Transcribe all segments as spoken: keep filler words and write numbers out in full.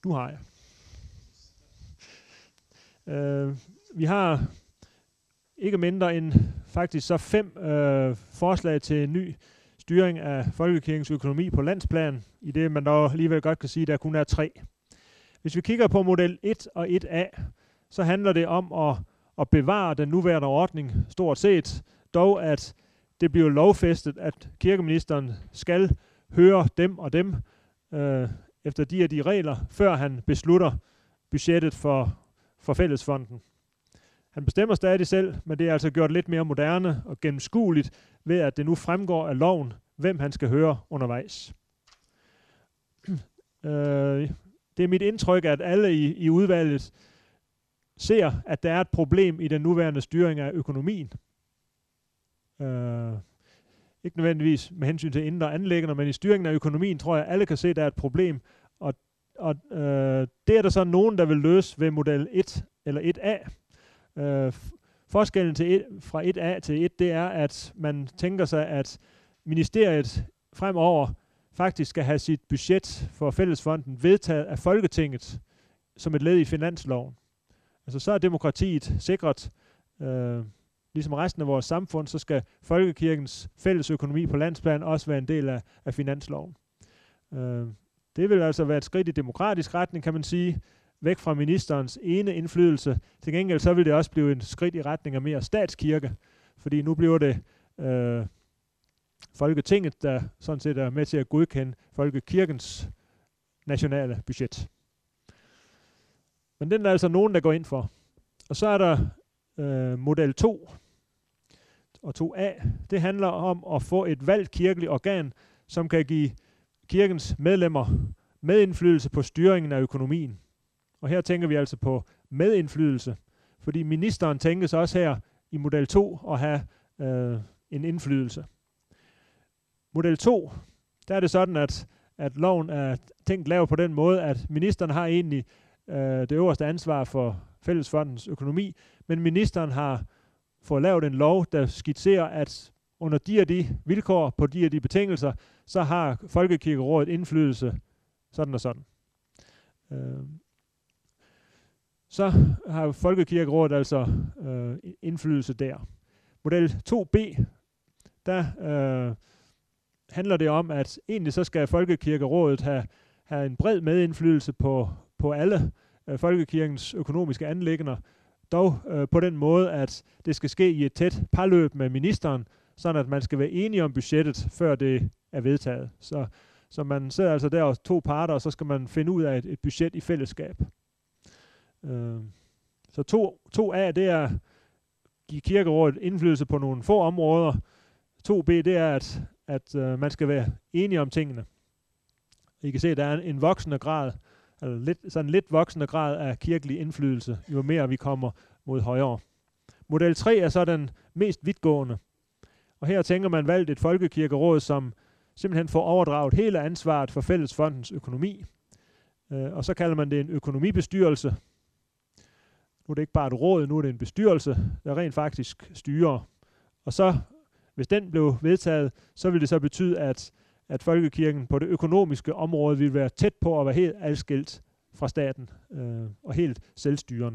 Nu har jeg. Øh, vi har ikke mindre end faktisk så fem øh, forslag til en ny styring af folkekirkens økonomi på landsplan, i det man dog alligevel godt kan sige, at der kun er tre. Hvis vi kigger på model et og et A, så handler det om at, at bevare den nuværende ordning stort set, dog at det bliver lovfæstet, at kirkeministeren skal høre dem og dem øh, efter de og de regler, før han beslutter budgettet for, for fællesfonden. Han bestemmer stadig selv, men det er altså gjort lidt mere moderne og gennemskueligt ved, at det nu fremgår af loven, hvem han skal høre undervejs. øh, det er mit indtryk, at alle i, i udvalget ser, at der er et problem i den nuværende styring af økonomien. Øh, ikke nødvendigvis med hensyn til indre anliggender, men i styringen af økonomien tror jeg, at alle kan se, at der er et problem. Og, og øh, det er der så nogen, der vil løse ved model et eller et A. Øh, forskellen til et, fra et A til et, det er, at man tænker sig, at ministeriet fremover faktisk skal have sit budget for fællesfonden vedtaget af Folketinget som et led i finansloven. Altså så er demokratiet sikret. Øh, ligesom resten af vores samfund, så skal folkekirkens fælles økonomi på landsplan også være en del af, af finansloven. Øh, det vil altså være et skridt i demokratisk retning, kan man sige, væk fra ministerens ene indflydelse. Til gengæld så vil det også blive et skridt i retning af mere statskirke, fordi nu bliver det øh, Folketinget, der sådan set er med til at godkende folkekirkens nationale budget. Men den er altså nogen, der går ind for. Og så er der øh, model to og to A. Det handler om at få et valgt kirkeligt organ, som kan give kirkens medlemmer medindflydelse på styringen af økonomien. Og her tænker vi altså på medindflydelse, fordi ministeren tænkes også her i model to at have øh, en indflydelse. Model to, der er det sådan, at, at loven er tænkt lavet på den måde, at ministeren har egentlig øh, det øverste ansvar for fællesfondens økonomi, men ministeren har fået lavet en lov, der skitserer, at under de og de vilkår, på de og de betingelser, så har Folkekirkerådet indflydelse sådan og sådan. Øh, så har Folkekirkerådet altså øh, indflydelse der. Model to B, der øh, handler det om, at egentlig så skal Folkekirkerådet have, have en bred medindflydelse på, på alle øh, folkekirkens økonomiske anliggender, dog øh, på den måde, at det skal ske i et tæt parløb med ministeren, sådan at man skal være enige om budgettet, før det er vedtaget. Så, så man sidder altså der og to parter, og så skal man finde ud af et, et budget i fællesskab. Øh, så to A, det er at give kirkerådet indflydelse på nogle få områder. to B, det er, at, at øh, man skal være enige om tingene. I kan se, at der er en, en voksende grad, eller lidt, sådan lidt voksende grad af kirkelig indflydelse, jo mere vi kommer mod højere. Model tre er så den mest vidtgående. Og her tænker man valgt et folkekirkeråd, som simpelthen får overdraget hele ansvaret for fællesfondens økonomi. Øh, og så kalder man det en økonomibestyrelse. Nu er det ikke bare et råd, nu er det en bestyrelse, der rent faktisk styrer. Og så, hvis den blev vedtaget, så vil det så betyde, at, at folkekirken på det økonomiske område vil være tæt på at være helt adskilt fra staten øh, og helt selvstyrende.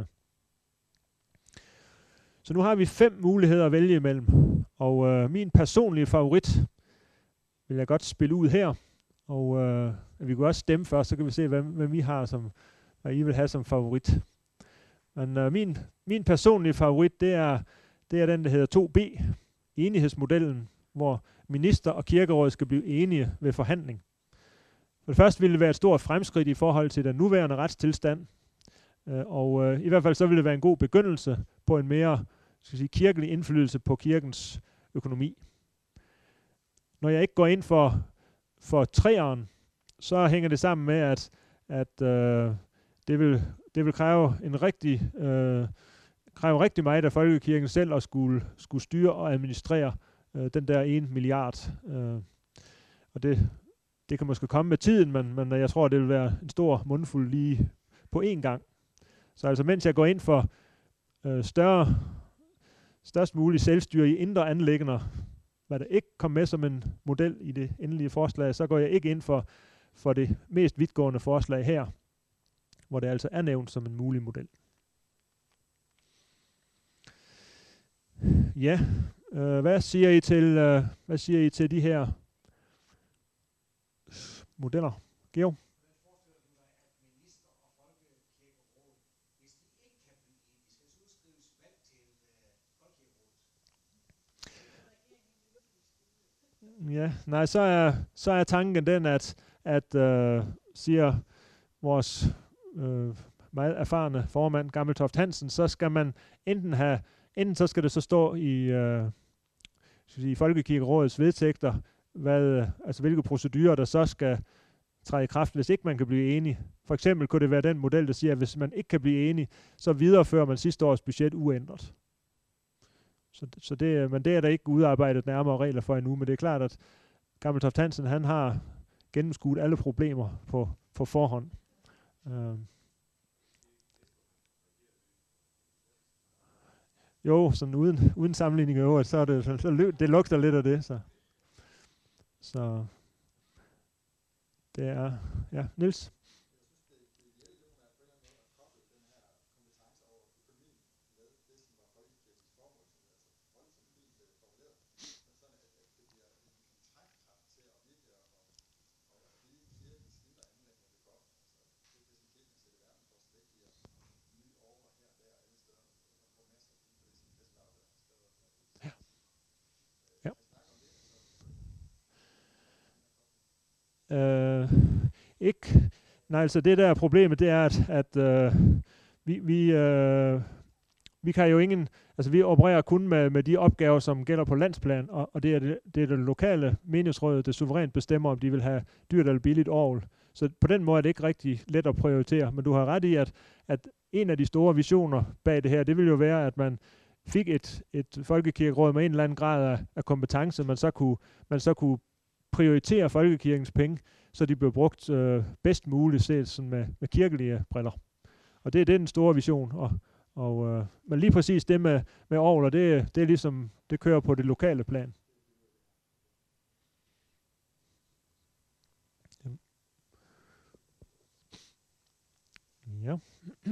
Så nu har vi fem muligheder at vælge imellem. Og øh, min personlige favorit vil jeg godt spille ud her. Og øh, vi kan også stemme først, så kan vi se, hvem, hvem I har som, hvad I vil have som favorit. Men øh, min, min personlige favorit, det er, det er den, der hedder to B, enighedsmodellen, hvor minister og kirkeråd skal blive enige ved forhandling. For det første ville det være et stort fremskridt i forhold til den nuværende retstilstand, øh, og øh, i hvert fald så ville det være en god begyndelse på en mere skal sige, kirkelig indflydelse på kirkens økonomi. Når jeg ikke går ind for, for treeren, så hænger det sammen med, at, at øh, det vil Det vil kræve en rigtig, øh, kræve rigtig meget af folkekirken selv at skulle, skulle styre og administrere øh, den der en milliard. Øh. Og det, det kan måske komme med tiden, men, men jeg tror, det vil være en stor mundfuld lige på én gang. Så altså mens jeg går ind for øh, større, størst mulig selvstyre i indre anliggender, hvad der ikke kom med som en model i det endelige forslag, så går jeg ikke ind for, for det mest vidtgående forslag her. hvor det altså er nævnt som en mulig model. Ja, øh, hvad siger I til øh, hvad siger I til de her modeller? Georg? Ja, nej, så er, så er tanken den, at, at øh, siger vores øh, meget erfarne formand, Gammeltoft Hansen, så skal man enten have, enten så skal det så stå i, øh, i Folkekirkerådets vedtægter, hvad, altså hvilke procedurer, der så skal træde i kraft, hvis ikke man kan blive enige. For eksempel kunne det være den model, der siger, at hvis man ikke kan blive enige, så viderefører man sidste års budget uændret. Så, så det, men det er der ikke udarbejdet nærmere regler for endnu, men det er klart, at Gammeltoft Hansen, han har gennemskuet alle problemer på, på forhånd. Uh. Jo, sådan uden, uden sammenligning i øvrigt, så er det, så, så løb, det lugter lidt af det. Så, så det er, ja, Niels? Øh, ikke. Nej, altså det der problemet, det er, at, at øh, vi, vi, øh, vi kan jo ingen, altså vi opererer kun med, med de opgaver, som gælder på landsplan, og, og det er det, det er det lokale menighedsråd, der suverænt bestemmer, om de vil have dyrt eller billigt orgel. Så på den måde er det ikke rigtig let at prioritere, men du har ret i, at, at en af de store visioner bag det her, det vil jo være, at man fik et, et folkekirkeråd med en eller anden grad af, af kompetence, man så kunne, man så kunne prioritere folkekirkens penge, så de blev brugt øh, bedst muligt set sådan med, med kirkelige briller. Og det, det er den store vision. Og, og, øh, men lige præcis det med, med orgler, det, det er ligesom, det kører på det lokale plan. Ja.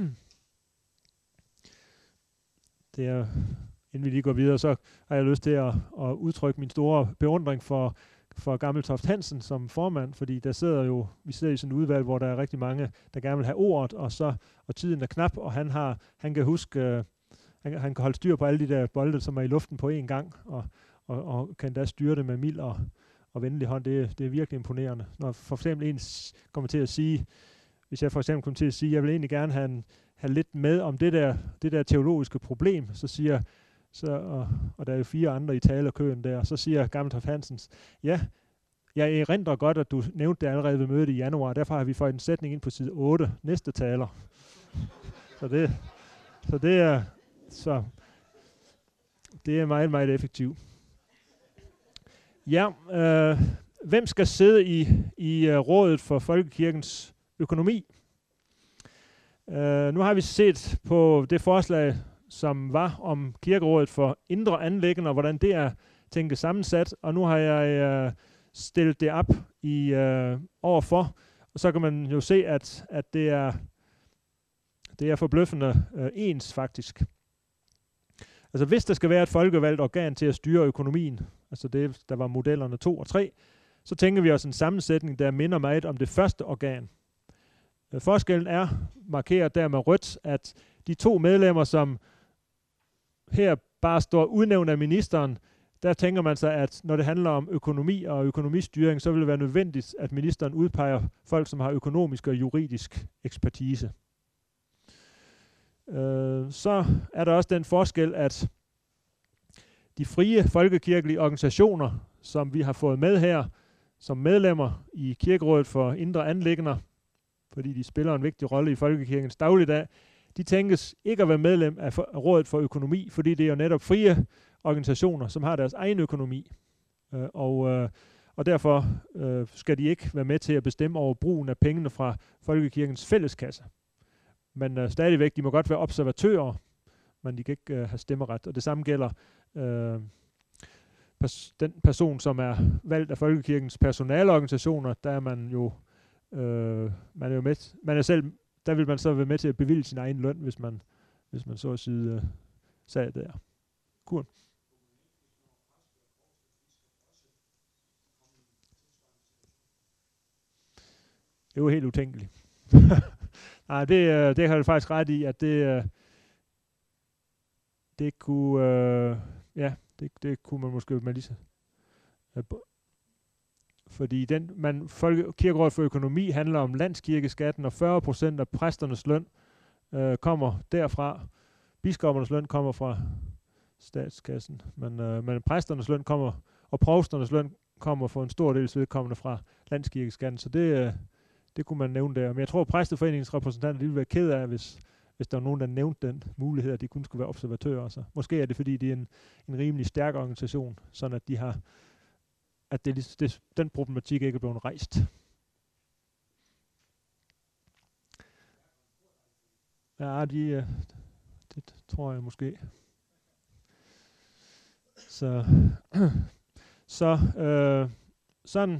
Det er, inden vi lige går videre, så har jeg lyst til at, at udtrykke min store beundring for for Gammeltoft Hansen som formand, fordi der sidder jo, vi sidder i sådan et udvalg, hvor der er rigtig mange, der gerne vil have ordet, og så og tiden er knap, og han har, han kan huske, øh, han, han kan holde styr på alle de der bolde, som er i luften på én gang, og, og, og kan da styre det med mild og, og venlig hånd. Det, det er virkelig imponerende. Når for eksempel en kommer til at sige, hvis jeg for eksempel kommer til at sige, jeg vil egentlig gerne have, en, have lidt med om det der, det der teologiske problem, så siger Så, og, og der er jo fire andre i talerkøen der, så siger Gammeltoft Hansens, ja, jeg erindrer godt, at du nævnte det allerede ved mødet i januar, derfor har vi fået en sætning ind på side otte, næste taler. så, det, så det er så det er meget, meget effektivt. Ja, øh, hvem skal sidde i, i uh, rådet for Folkekirkens økonomi? Uh, nu har vi set på det forslag, som var om kirkerådet for indre anliggender, og hvordan det er tænkt sammensat, og nu har jeg øh, stillet det op i øh, overfor, og så kan man jo se, at, at det er det er forbløffende øh, ens faktisk. Altså hvis der skal være et folkevalgt organ til at styre økonomien, altså det, der var modellerne to og tre, så tænker vi os en sammensætning, der minder meget om det første organ. Øh, forskellen er markeret der med rødt, at de to medlemmer, som her bare står udnævnt af ministeren, der tænker man sig, at når det handler om økonomi og økonomistyring, så vil det være nødvendigt, at ministeren udpeger folk, som har økonomisk og juridisk ekspertise. Øh, så er der også den forskel, at de frie folkekirkelige organisationer, som vi har fået med her, som medlemmer i Kirkerådet for Indre Anliggender, fordi de spiller en vigtig rolle i folkekirkens dagligdag, de tænkes ikke at være medlem af Rådet for Økonomi, fordi det er jo netop frie organisationer, som har deres egen økonomi. Øh, og, øh, og derfor øh, skal de ikke være med til at bestemme over brugen af pengene fra folkekirkens fælleskasse. Men øh, stadigvæk, de må godt være observatører, men de kan ikke øh, have stemmeret. Og det samme gælder øh, pers- den person, som er valgt af folkekirkens personaleorganisationer. Der er man jo, øh, man er jo med, man er selv der vil man så være med til at bevilge sin egen løn, hvis man, hvis man så at sige øh, sad der. Cool. Det er jo helt utænkeligt. Nej, det, det har du faktisk ret i, at det, det kunne, øh, ja, det, det kunne man måske med lige så. Fordi den, man, folke, Kirkerådet for økonomi handler om landskirkeskatten, og fyrre procent af præsternes løn øh, kommer derfra. Biskoppernes løn kommer fra statskassen, men, øh, men præsternes løn kommer, og provsternes løn kommer for en stor del vedkommende fra landskirkeskatten, så det, øh, det kunne man nævne der. Men jeg tror, at præsteforeningens repræsentanter ville være ked af, hvis, hvis der var nogen, der nævnte den mulighed, at de kun skulle være observatører. Så måske er det, fordi det er en, en rimelig stærk organisation, sådan at de har at det, det, den problematik ikke er blevet rejst. Ja, de, det tror jeg måske. Så, så øh, sådan.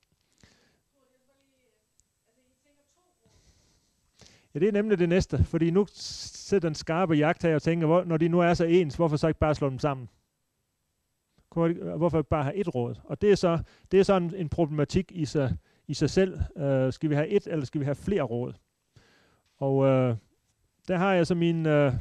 Ja, det er nemlig det næste, fordi nu sidder den skarpe jagt her og tænker, hvor, når de nu er så ens, hvorfor så ikke bare slå dem sammen? Hvorfor bare have et råd? Og det er så, det er så en, en problematik i sig, i sig selv. Uh, skal vi have et, eller skal vi have flere råd? Og uh, der har jeg så min... Uh,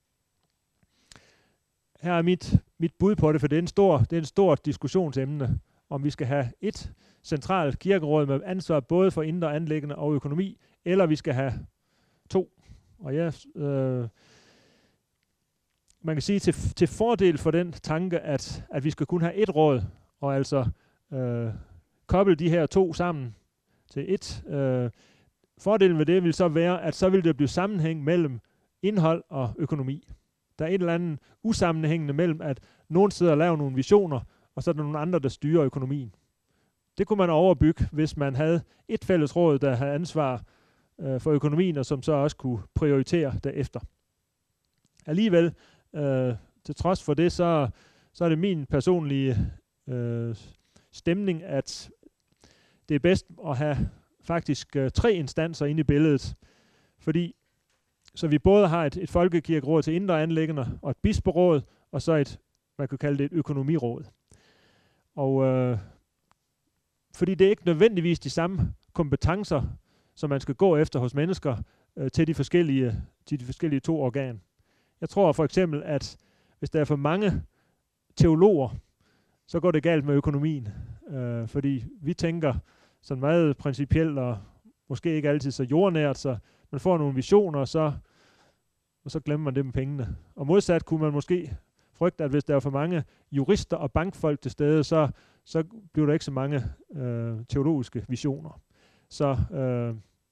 her er mit, mit bud på det, for det er en stor, det er en stor diskussionsemne, om vi skal have et centralt kirkeråd med ansvar både for indre anliggende og økonomi, eller vi skal have to. Og jeg... Uh, Man kan sige til, til fordel for den tanke, at, at vi skal kun have et råd, og altså øh, koble de her to sammen til et. Øh, fordelen ved det vil så være, at så vil der blive sammenhæng mellem indhold og økonomi. Der er et eller andet usammenhængende mellem, at nogen sidder og laver nogle visioner, og så er der nogle andre, der styrer økonomien. Det kunne man overbygge, hvis man havde et fælles råd, der havde ansvar øh, for økonomien, og som så også kunne prioritere derefter. Alligevel, Øh, til trods for det, så, så er det min personlige øh, stemning, at det er bedst at have faktisk øh, tre instanser inde i billedet. Fordi så vi både har et, et folkekirkeråd til indre anliggender, og et bisperåd, og så et, man kan kalde det et økonomiråd. Og øh, fordi det er ikke nødvendigvis de samme kompetencer, som man skal gå efter hos mennesker øh, til de forskellige, til de forskellige to organer. Jeg tror for eksempel, at hvis der er for mange teologer, så går det galt med økonomien. Øh, fordi vi tænker sådan meget principielt og måske ikke altid så jordnært, så man får nogle visioner, og så, og så glemmer man det med pengene. Og modsat kunne man måske frygte, at hvis der er for mange jurister og bankfolk til stede, så, så bliver der ikke så mange øh, teologiske visioner. Så øh,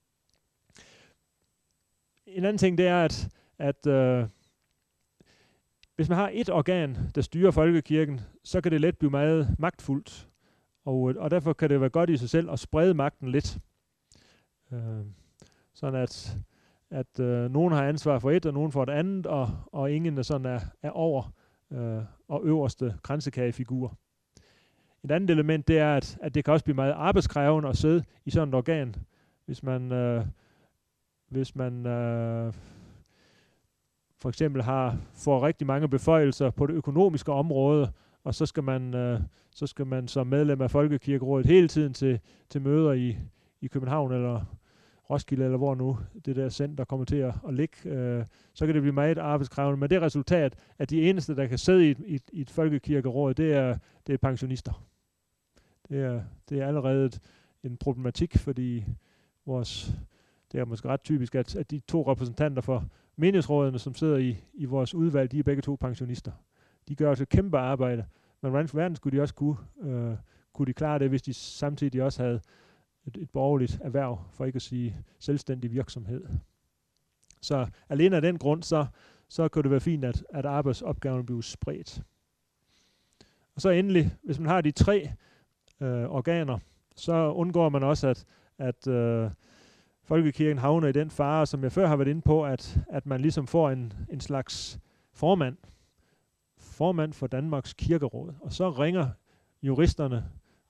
en anden ting, det er, at, at øh, hvis man har et organ, der styrer folkekirken, så kan det let blive meget magtfuldt. Og, og derfor kan det være godt i sig selv at sprede magten lidt. Øh, sådan at, at øh, nogen har ansvar for et, og nogen for et andet, og, og ingen er, sådan er, er over øh, og øverste kransekagefigur. Et andet element, det er, at, at det kan også blive meget arbejdskrævende at sidde i sådan et organ, hvis man, øh, hvis man øh, for eksempel har får rigtig mange beføjelser på det økonomiske område, og så skal man, øh, så skal man som medlem af Folkekirkerådet hele tiden til, til møder i, i København eller Roskilde, eller hvor nu det der center kommer til at, at ligge, øh, så kan det blive meget arbejdskrævende. Men det resultat, at de eneste, der kan sidde i et, i, i et Folkekirkeråd, det er, det er pensionister. Det er, det er allerede et, en problematik, fordi vores, det er måske ret typisk, at, at de to repræsentanter for menighedsrådene, som sidder i, i vores udvalg, de er begge to pensionister. De gør også et kæmpe arbejde, men hvordan for verden skulle de også kunne, øh, kunne de klare det, hvis de samtidig også havde et, et borgerligt erhverv, for ikke at sige selvstændig virksomhed. Så alene af den grund, så, så kunne det være fint, at, at arbejdsopgaverne bliver spredt. Og så endelig, hvis man har de tre øh, organer, så undgår man også, at, at øh, folkekirken havner i den fare, som jeg før har været inde på, at, at man ligesom får en, en slags formand, formand for Danmarks Kirkeråd. Og så ringer juristerne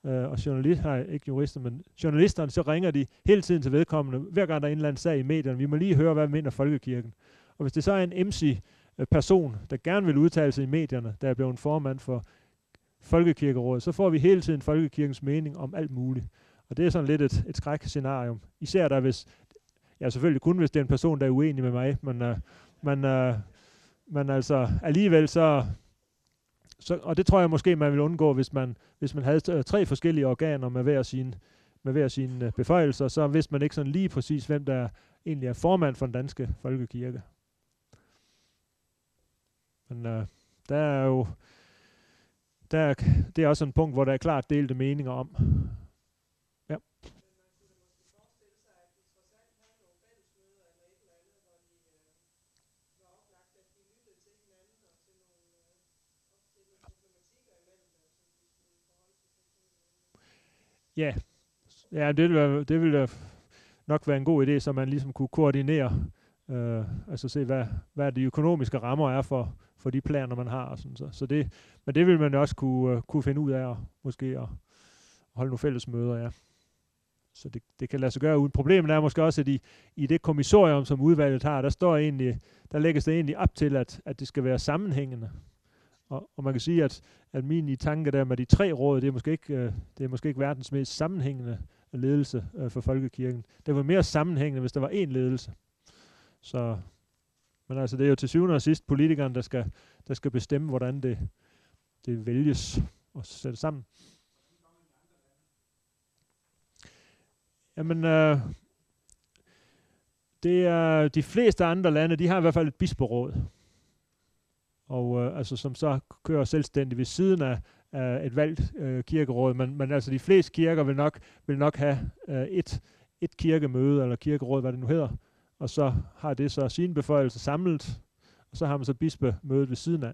øh, og journalist, nej, ikke jurister, men journalisterne, så ringer de hele tiden til vedkommende, hver gang der er en eller anden sag i medierne. Vi må lige høre, hvad mener folkekirken. Og hvis det så er en emsig person, der gerne vil udtale sig i medierne, der er blevet en formand for Folkekirkerådet, så får vi hele tiden folkekirkens mening om alt muligt. Og det er sådan lidt et, et skrækscenarium. Især der hvis, ja selvfølgelig kun hvis det er en person, der er uenig med mig, men, uh, men, uh, men altså alligevel så, så, og det tror jeg måske, man vil undgå, hvis man, hvis man havde tre forskellige organer med hver sine med hver sine beføjelser, så vidste man ikke sådan lige præcis, hvem der egentlig er formand for den danske folkekirke. Men uh, der er jo der er, det er også en punkt, hvor der er klart delte meninger om. Ja. Ja, ja det vil, være, det vil nok være en god idé, så man ligesom kunne koordinere, øh, altså se, hvad, hvad de økonomiske rammer er for, for de planer, man har. Og sådan, så. Så det, men det vil man også kunne, uh, kunne finde ud af, og måske at holde nogle fælles møder, ja. Så det, det kan lade sig gøre uden. Problemet er måske også, at i, i det kommissorium, som udvalget har, der står egentlig, der lægges det egentlig op til, at, at det skal være sammenhængende. Og, og man kan sige, at, at min i tanke der med de tre råd, det er måske ikke, øh, det er måske ikke verdens mest sammenhængende ledelse øh, for folkekirken. Det var mere sammenhængende, hvis der var én ledelse. Så, men altså, det er jo til syvende og sidst politikeren, der skal, der skal bestemme, hvordan det, det vælges og sætte sammen. Jamen, øh, det er de fleste andre lande, de har i hvert fald et bisperåd. Og øh, altså som så kører selvstændigt ved siden af, af et valgt øh, kirkeråd, men, men altså de fleste kirker vil nok vil nok have øh, et et kirkemøde eller kirkeråd, hvad det nu hedder, og så har det så sine beføjelser samlet, og så har man så bispemødet ved siden af.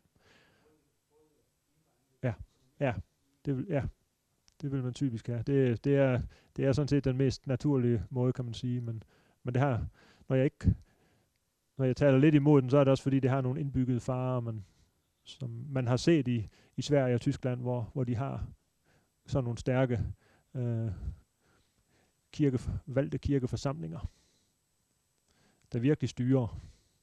Ja, ja, det vil, ja, det vil man typisk have. Det, det er det er sådan set den mest naturlige måde, kan man sige, men men det har, når jeg ikke Når jeg taler lidt imod den, så er det også fordi, det har nogle indbyggede farer, man, som man har set i, i Sverige og Tyskland, hvor, hvor de har sådan nogle stærke øh, kirke, valgte kirkeforsamlinger, der virkelig styrer.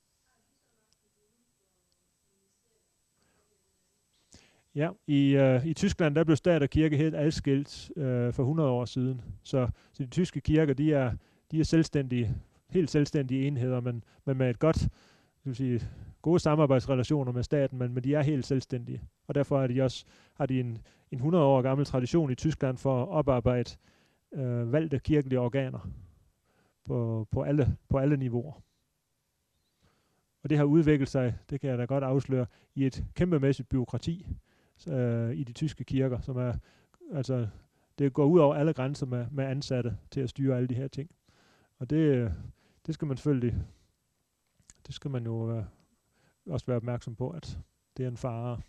Ja, i, øh, i Tyskland der blev stat og kirke helt adskilt øh, for hundrede år siden. Så, så de tyske kirker, de er, de er selvstændige, helt selvstændige enheder, men, men med et godt, vil sige, gode samarbejdsrelationer med staten, men, men de er helt selvstændige. Og derfor er de også, har de en, en hundrede år gammel tradition i Tyskland for at oparbejde øh, valgte kirkelige organer på, på, alle, på alle niveauer. Og det har udviklet sig, det kan jeg da godt afsløre, i et kæmpemæssigt byråkrati øh, i de tyske kirker, som er, altså, det går ud over alle grænser med, med ansatte til at styre alle de her ting. Og det, det skal man selvfølgelig, det skal man jo øh, også være opmærksom på, at det er en fare.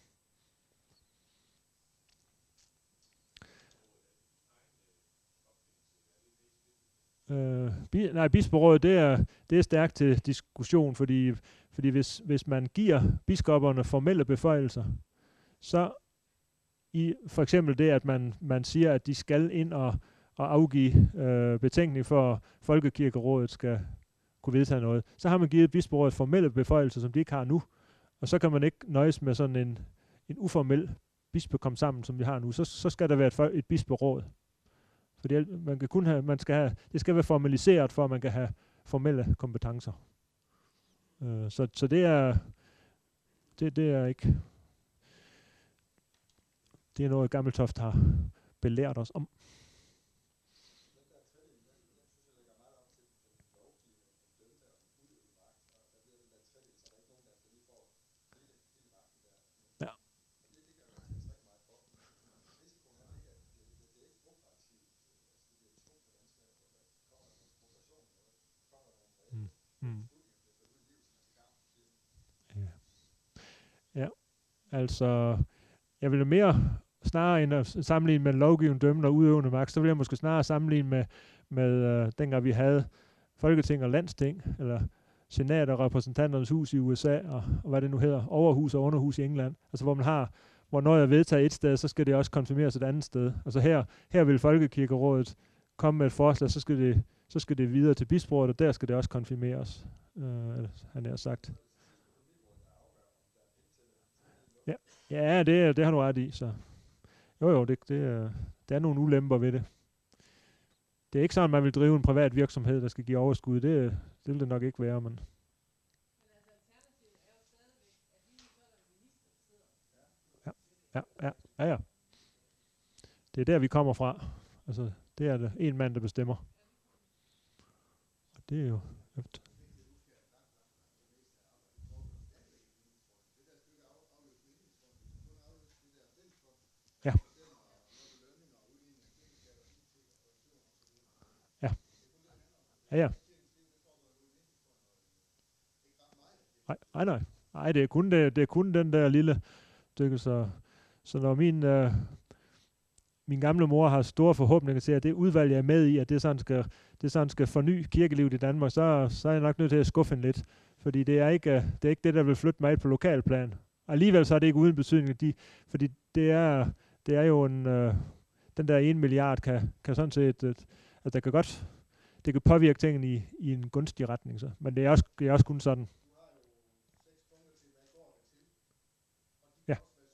Øh, bi, nej, bisperådet, det er, det er stærkt til diskussion, fordi, fordi hvis, hvis man giver biskopperne formelle beføjelser, så i for eksempel det, at man, man siger, at de skal ind og, og afgive øh, betænkning for, at Folkekirkerådet skal kunne vedtage noget, så har man givet bisperådet formelle beføjelser, som de ikke har nu, og så kan man ikke nøjes med sådan en, en uformel bispekom sammen, som vi har nu, så, så skal der være et, et bisperåd. Fordi man kan kun have, man skal have, det skal være formaliseret, for at man kan have formelle kompetencer. Øh, så, så det er, det, det er ikke, det er noget Gammeltoft har belært os om. Mm. Ja. Ja, altså, jeg vil mere snarere end at sammenligne med lovgivende, dømmende og udøvende magt, så vil jeg måske snarere sammenligne med, med uh, dengang vi havde Folketing og Landsting, eller Senat og Repræsentanternes Hus i U S A, og, og hvad det nu hedder, Overhus og Underhus i England, altså hvor man har, hvor noget er vedtaget et sted, så skal det også konfirmeres et andet sted. Altså her, her vil Folkekirkerådet komme med et forslag, så skal det, så skal det videre til bisperådet, og der skal det også konfirmeres, øh, han har sagt. Ja, ja det, det har du ret i. Så. Jo jo, det, det, der er nogle ulemper ved det. Det er ikke sådan, at man vil drive en privat virksomhed, der skal give overskud. Det, det vil det nok ikke være, men... Ja, ja, ja, ja, ja. Det er der, vi kommer fra. Altså, det er det en mand, der bestemmer. Og det er jo... Ja. Ja. Ja, ja. Nej, nej, nej. Nej, det er kun, det, det er kun den der lille stykke, så, så når min, øh, min gamle mor har store forhåbninger til, at det udvalg, jeg er med i, at det sådan skal, det sådan skal forny kirkelivet i Danmark, så, så er jeg nok nødt til at skuffe en lidt. Fordi det er ikke det, er ikke det der vil flytte mig på lokalplan. Og alligevel så er det ikke uden betydning, de, fordi det er, det er jo en, øh, den der en milliard kan, kan sådan set, at, at der kan godt, det kan påvirke tingene i, i en gunstig retning. Så. Men det er, også, det er også kun sådan. Ja.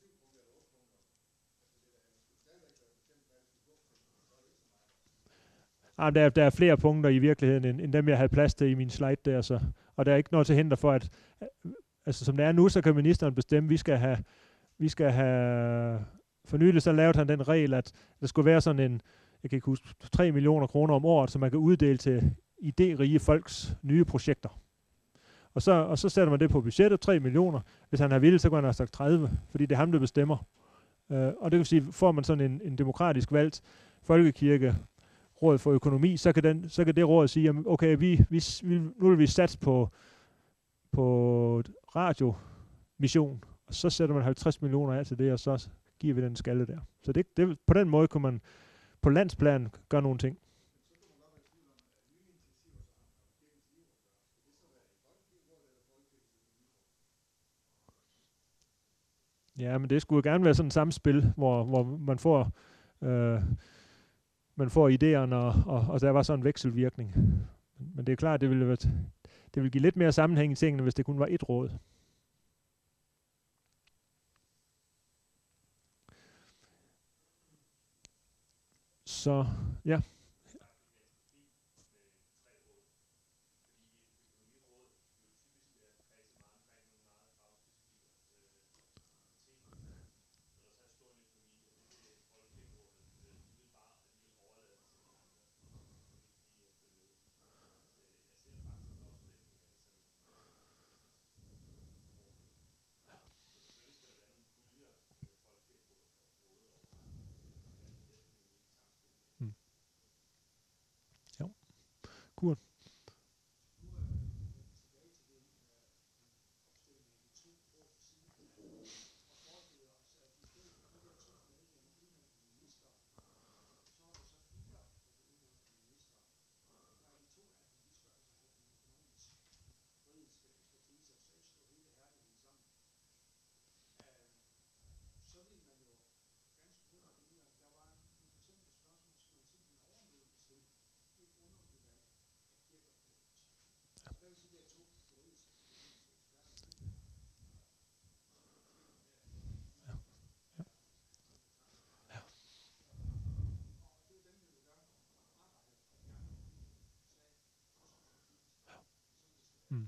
Ah, der, der er flere punkter i virkeligheden, end, end dem jeg havde plads til i min slide der. Så. Og der er ikke noget til hinder for, at altså, som det er nu, så kan ministeren bestemme, at vi skal have, vi skal have for nylig så lavede han den regel, at der skulle være sådan en, jeg kan ikke huske, tre millioner kroner om året, som man kan uddele til idérige folks nye projekter. Og så, og så sætter man det på budgettet, tre millioner. Hvis han har vildt, så kan han have sagt tredive, fordi det er ham, der bestemmer. Uh, og det vil sige, får man sådan en, en demokratisk valgt folkekirke, råd for økonomi, så kan, den, så kan det råd sige, jamen, okay, vi, vi, nu vil vi satse på, på radiomission, og så sætter man halvtreds millioner af til det, og så giver vi den skalle der. Så det, det, på den måde kunne man på landsplan gøre nogle ting. Ja, men det skulle jo gerne være sådan et samspil, hvor, hvor man får øh, man får idéerne, og, og, og der var sådan en vekselvirkning. Men det er klart, det ville, være det ville give lidt mere sammenhæng i tingene, hvis det kun var et råd. Så, ja. Cool. Mm.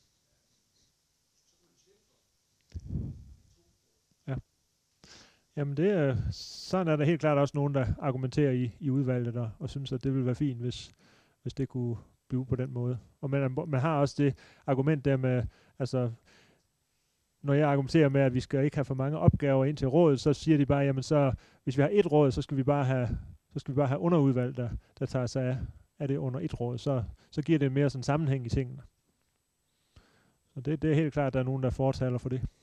Ja. Jamen det er, sådan er der helt klart også nogen, der argumenterer i, i udvalget og, og synes, at det ville være fint, hvis, hvis det kunne blive på den måde. Og man, man har også det argument der med, altså når jeg argumenterer med, at vi skal ikke have for mange opgaver ind til rådet, så siger de bare, jamen så, hvis vi har et råd, så skal vi bare have, så skal vi bare have underudvalg, der, der tager sig af, af det under et råd. Så, så giver det mere sådan sammenhæng i tingene. Og det, det er helt klart, at der er nogen, der fortaler for det.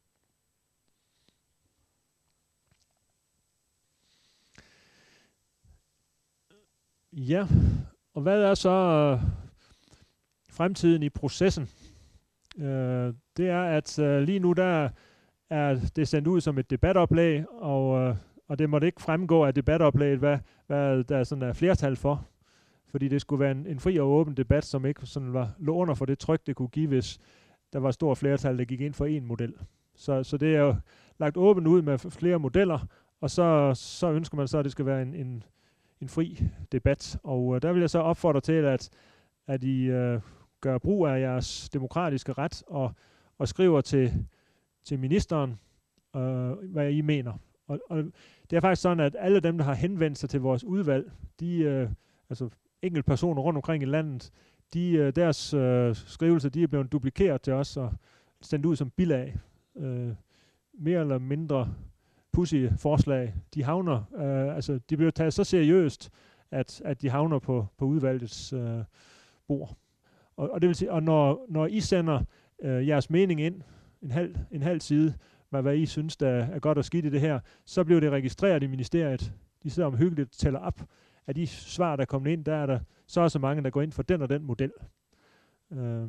Ja, og hvad er så øh, fremtiden i processen? Øh, det er, at øh, lige nu der er det sendt ud som et debatoplæg, og, øh, og det måtte ikke fremgå af debatoplæget, hvad, hvad der sådan er flertal for. Fordi det skulle være en, en fri og åben debat, som ikke sådan var, lå under for det tryk, det kunne give, hvis der var stor flertal, der gik ind for en model. Så, så det er jo lagt åbent ud med flere modeller, og så, så ønsker man så, at det skal være en, en, en fri debat. Og øh, der vil jeg så opfordre til, at, at I øh, gør brug af jeres demokratiske ret, og, og skriver til, til ministeren, øh, hvad I mener. Og, og det er faktisk sådan, at alle dem, der har henvendt sig til vores udvalg, de, øh, altså enkelte personer rundt omkring i landet, de, øh, deres øh, skrivelser, de er blevet duplikeret til os og sendt ud som bilag. Øh, mere eller mindre pudsige forslag. De havner, øh, altså de bliver taget så seriøst, at, at de havner på, på udvalgets øh, bord. Og, og det vil sige, og når, når I sender øh, jeres mening ind, en halv, en halv side, med hvad I synes, der er godt og skidt i det her, så bliver det registreret i ministeriet. De sidder omhyggeligt og tæller op. Af de svar, der er kommet ind, der er der så er så mange, der går ind for den og den model. Øh.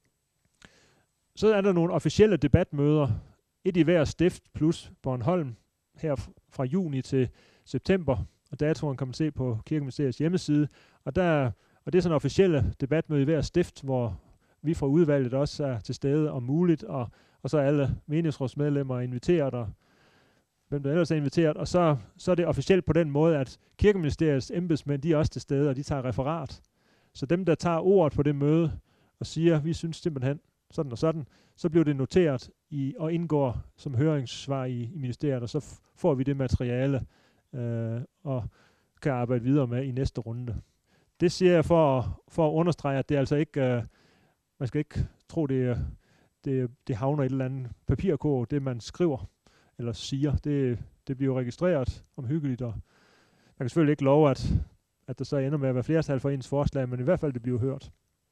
Så er der nogle officielle debatmøder, et i hver stift plus Bornholm, her fra juni til september, og datoen kan man se på Kirkeministeriets hjemmeside, og, der, og det er sådan en officielle debatmøde i hver stift, hvor vi fra udvalget også er til stede om muligt, og, og så er alle menighedsrådsmedlemmer inviteret, og hvem der ellers er inviteret, og så, så er det officielt på den måde, at Kirkeministeriets embedsmænd, de er også til stede, og de tager referat. Så dem, der tager ordet på det møde, og siger, vi synes simpelthen sådan og sådan, så bliver det noteret i, og indgår som høringssvar i, i ministeriet, og så f- får vi det materiale, øh, og kan arbejde videre med i næste runde. Det siger jeg for, for at understrege, at det er altså ikke, øh, man skal ikke tro, det, det, det havner i et eller andet papirkog, det man skriver eller siger, det, det bliver jo registreret omhyggeligt, og man kan selvfølgelig ikke love, at, at der så ender med at være flertal for ens forslag, men i hvert fald det bliver hørt.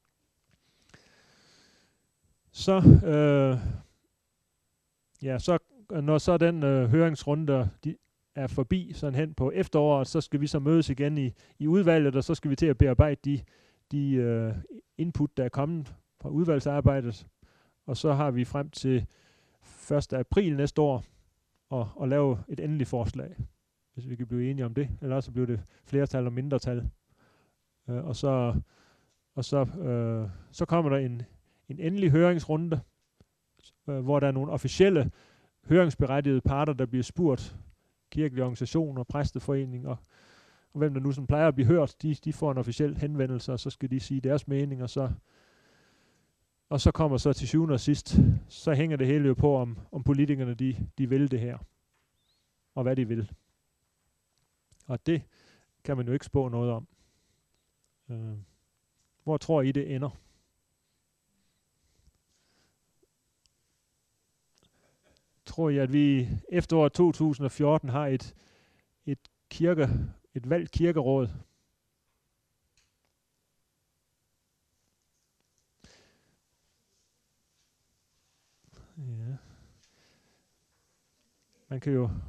Så, øh, ja, så når så den øh, høringsrunde de er forbi, sådan hen på efteråret, så skal vi så mødes igen i, i udvalget, og så skal vi til at bearbejde de, de øh, input, der er kommet fra udvalgsarbejdet, og så har vi frem til første april næste år at, at lave et endeligt forslag, hvis vi kan blive enige om det, eller så bliver det flertal og mindretal. Øh, og så, og så, øh, så kommer der en en endelig høringsrunde, øh, hvor der er nogle officielle høringsberettigede parter, der bliver spurgt, kirkelige organisationer, præsteforeninger, og, og hvem der nu sådan plejer at blive hørt, de, de får en officiel henvendelse, og så skal de sige deres mening, og så, og så kommer så til syvende og sidst, så hænger det hele jo på, om, om politikerne de, de vil det her, og hvad de vil. Og det kan man jo ikke spå noget om. Øh, hvor tror I, det ender? Tror jeg, at vi efteråret to tusind og fjorten har et, et, kirke, et valgt kirkeråd. Ja. Man kan jo...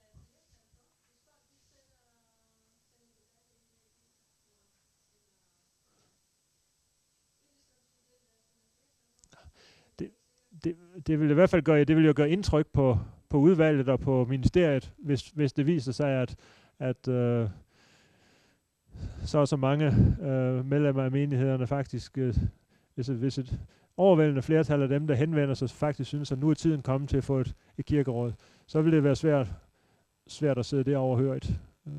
Det, det vil i hvert fald gøre, det vil jo gøre indtryk på, på udvalget og på ministeriet, hvis, hvis det viser sig, at, at øh, så er så mange øh, medlemmer af menighederne faktisk, øh, hvis, et, hvis et overvældende flertal af dem, der henvender sig, faktisk synes, at nu er tiden kommet til at få et, et kirkeråd, så vil det være svært, svært at sidde det overhørigt. Øh.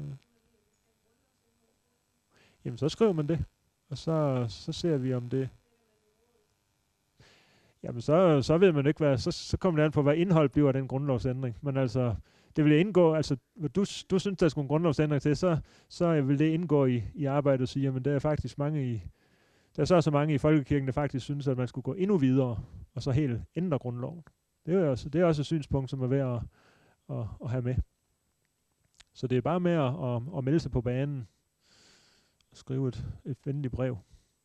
Jamen, så skriver man det, og så, så ser vi om det. Jamen, så, så ved man ikke, hvad, så, så kommer det an på, hvad indhold bliver af den grundlovsændring. Men altså, det vil indgå, altså, du, du synes, der skulle en grundlovsændring til, så, så vil det indgå i, i arbejdet og sige, jamen, der er faktisk mange i, der er så så mange i folkekirken, der faktisk synes, at man skulle gå endnu videre, og så helt ændre grundloven. Det er også, det er også et synspunkt, som er værd at, at, at have med. Så det er bare med at, at, at melde sig på banen, og skrive et, et venligt brev.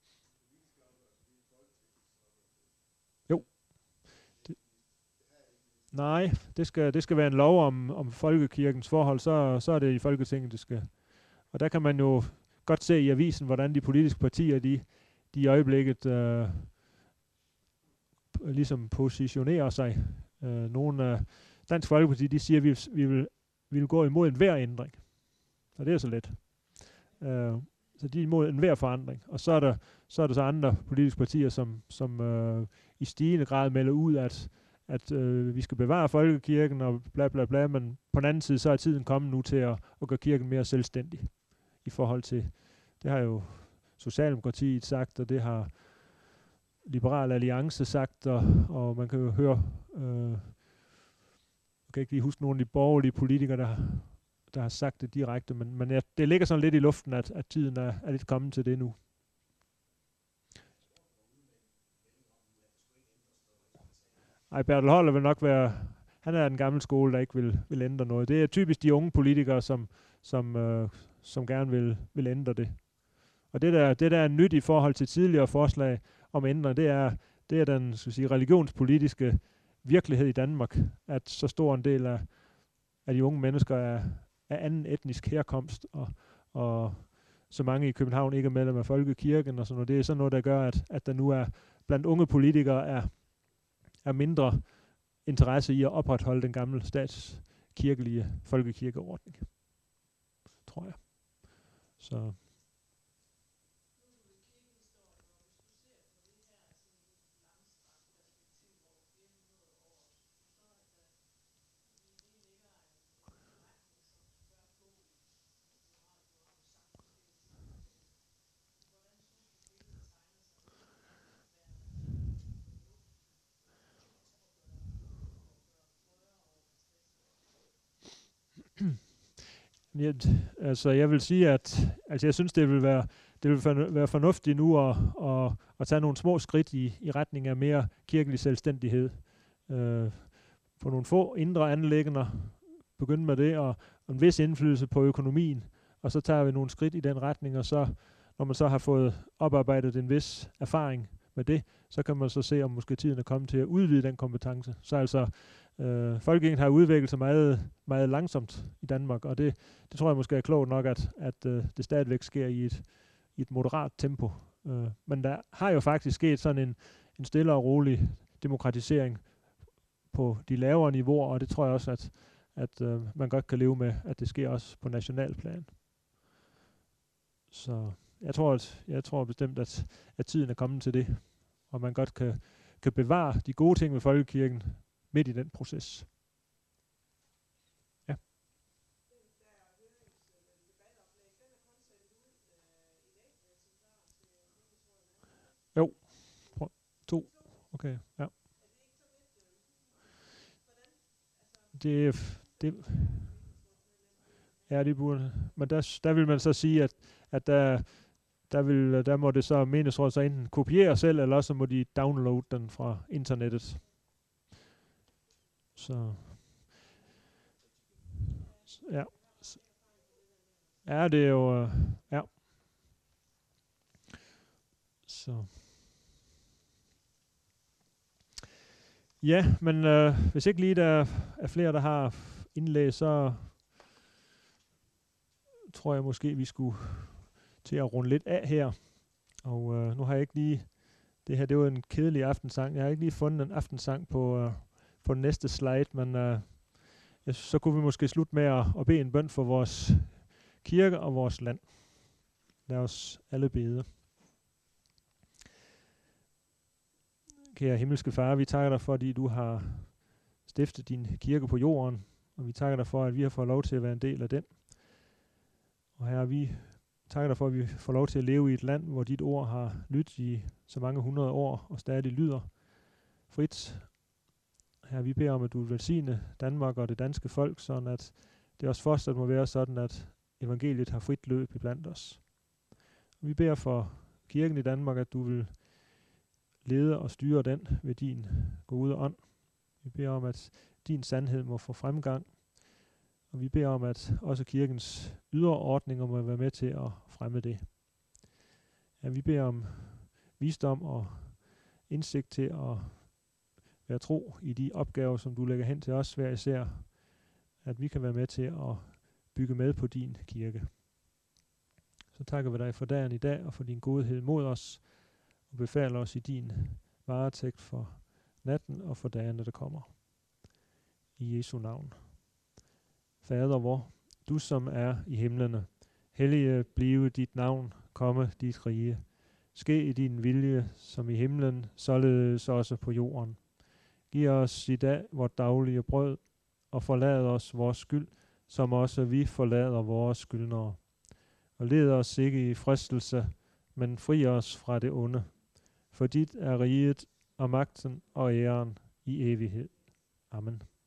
Nej, det skal, det skal være en lov om, om folkekirkens forhold, så, så er det i Folketinget, det skal. Og der kan man jo godt se i avisen, hvordan de politiske partier, de, de i øjeblikket øh, ligesom positionerer sig Øh, nogle af Dansk Folkeparti, de siger, at vi, vi, vil, vi vil gå imod enhver ændring. Og det er så let. Øh, så de er imod enhver forandring. Og så er der så, er der så andre politiske partier, som, som øh, i stigende grad melder ud, at, at øh, vi skal bevare folkekirken og bla bla bla, men på den anden side, så er tiden kommet nu til at, at gøre kirken mere selvstændig i forhold til, det har jo Socialdemokratiet sagt, og det har Liberal Alliance sagt, og, og man kan jo høre, øh, jeg kan ikke lige huske nogle af de borgerlige politikere, der, der har sagt det direkte, men, men ja, det ligger sådan lidt i luften, at, at tiden er, er lidt kommet til det nu. Ej, Bertel Holder vil nok være, han er den gamle skole, der ikke vil, vil ændre noget. Det er typisk de unge politikere, som, som, øh, som gerne vil, vil ændre det. Og det der, det der er nyt i forhold til tidligere forslag om ændring, det er, det er den skal sige, religionspolitiske virkelighed i Danmark, at så stor en del af, af de unge mennesker er af anden etnisk herkomst, og, og så mange i København ikke er medlem af folkekirken, og sådan noget. Det er sådan noget, der gør, at, at der nu er blandt unge politikere er, er mindre interesse i at opretholde den gamle statskirkelige folkekirkeordning, tror jeg. Så Ja, altså jeg vil sige, at altså jeg synes, det vil være, det vil være fornuftigt nu at, at, at tage nogle små skridt i, i retning af mere kirkelig selvstændighed. Øh, på nogle få indre anliggender, begynde med det, og, og en vis indflydelse på økonomien, og så tager vi nogle skridt i den retning, og så, når man så har fået oparbejdet en vis erfaring med det, så kan man så se, om måske tiden er kommet til at udvide den kompetence. Så altså, øh, folkekirken har udviklet sig meget, meget langsomt i Danmark, og det, det tror jeg måske er klogt nok, at, at øh, det stadigvæk sker i et, i et moderat tempo. Øh, men der har jo faktisk sket sådan en, en stille og rolig demokratisering på de lavere niveauer, og det tror jeg også, at, at øh, man godt kan leve med, at det sker også på nationalplan. Så jeg tror, at, jeg tror bestemt, at, at tiden er kommet til det, og man godt kan, kan bevare de gode ting ved folkekirken midt i den proces. Ja. Jo. Prøv. To. Okay, ja. Det, det, ja, det burde. Men der, der vil man så sige, at, at der, der, vil, der må det så menighedsrådet så enten kopiere selv, eller så må de downloade den fra internettet. Så ja. Ja, det er jo, uh, ja. Så. Ja, men øh, hvis ikke lige der er flere, der har indlæg, så tror jeg måske, vi skulle til at runde lidt af her. Og øh, nu har jeg ikke lige, det her det var en kedelig aftensang, jeg har ikke lige fundet en aftensang på, øh, på den næste slide, men øh, ja, så kunne vi måske slutte med at, at bede en bøn for vores kirke og vores land. Lad os alle bede. Kære himmelske far, vi takker dig for, fordi du har stiftet din kirke på jorden, og vi takker dig for, at vi har fået lov til at være en del af den. Og herre, vi takker dig for, at vi får lov til at leve i et land, hvor dit ord har lyttet i så mange hundrede år, og stadig lyder frit. Herre, vi beder om, at du vil velsigne Danmark og det danske folk, sådan at det også fortsat må være sådan, at evangeliet har frit løb iblandt os. Vi beder for kirken i Danmark, at du vil lede og styre den ved din gode ånd. Vi beder om, at din sandhed må få fremgang, og vi beder om, at også kirkens ydre ordninger må være med til at fremme det. Ja, vi beder om visdom og indsigt til at være tro i de opgaver, som du lægger hen til os hver især, at vi kan være med til at bygge med på din kirke. Så takker vi dig for dagen i dag og for din godhed mod os, og befaler os i din varetægt for natten og for dagene, der kommer. i Jesu navn. Fader vor, du som er i himlene, hellige blive dit navn, komme dit rige. Ske i din vilje, som i himlen, således også på jorden. Giv os i dag vort daglige brød, og forlad os vores skyld, som også vi forlader vores skyldnere. Og led os ikke i fristelse, men fri os fra det onde. For dit er riget og magten og æren i evighed. Amen.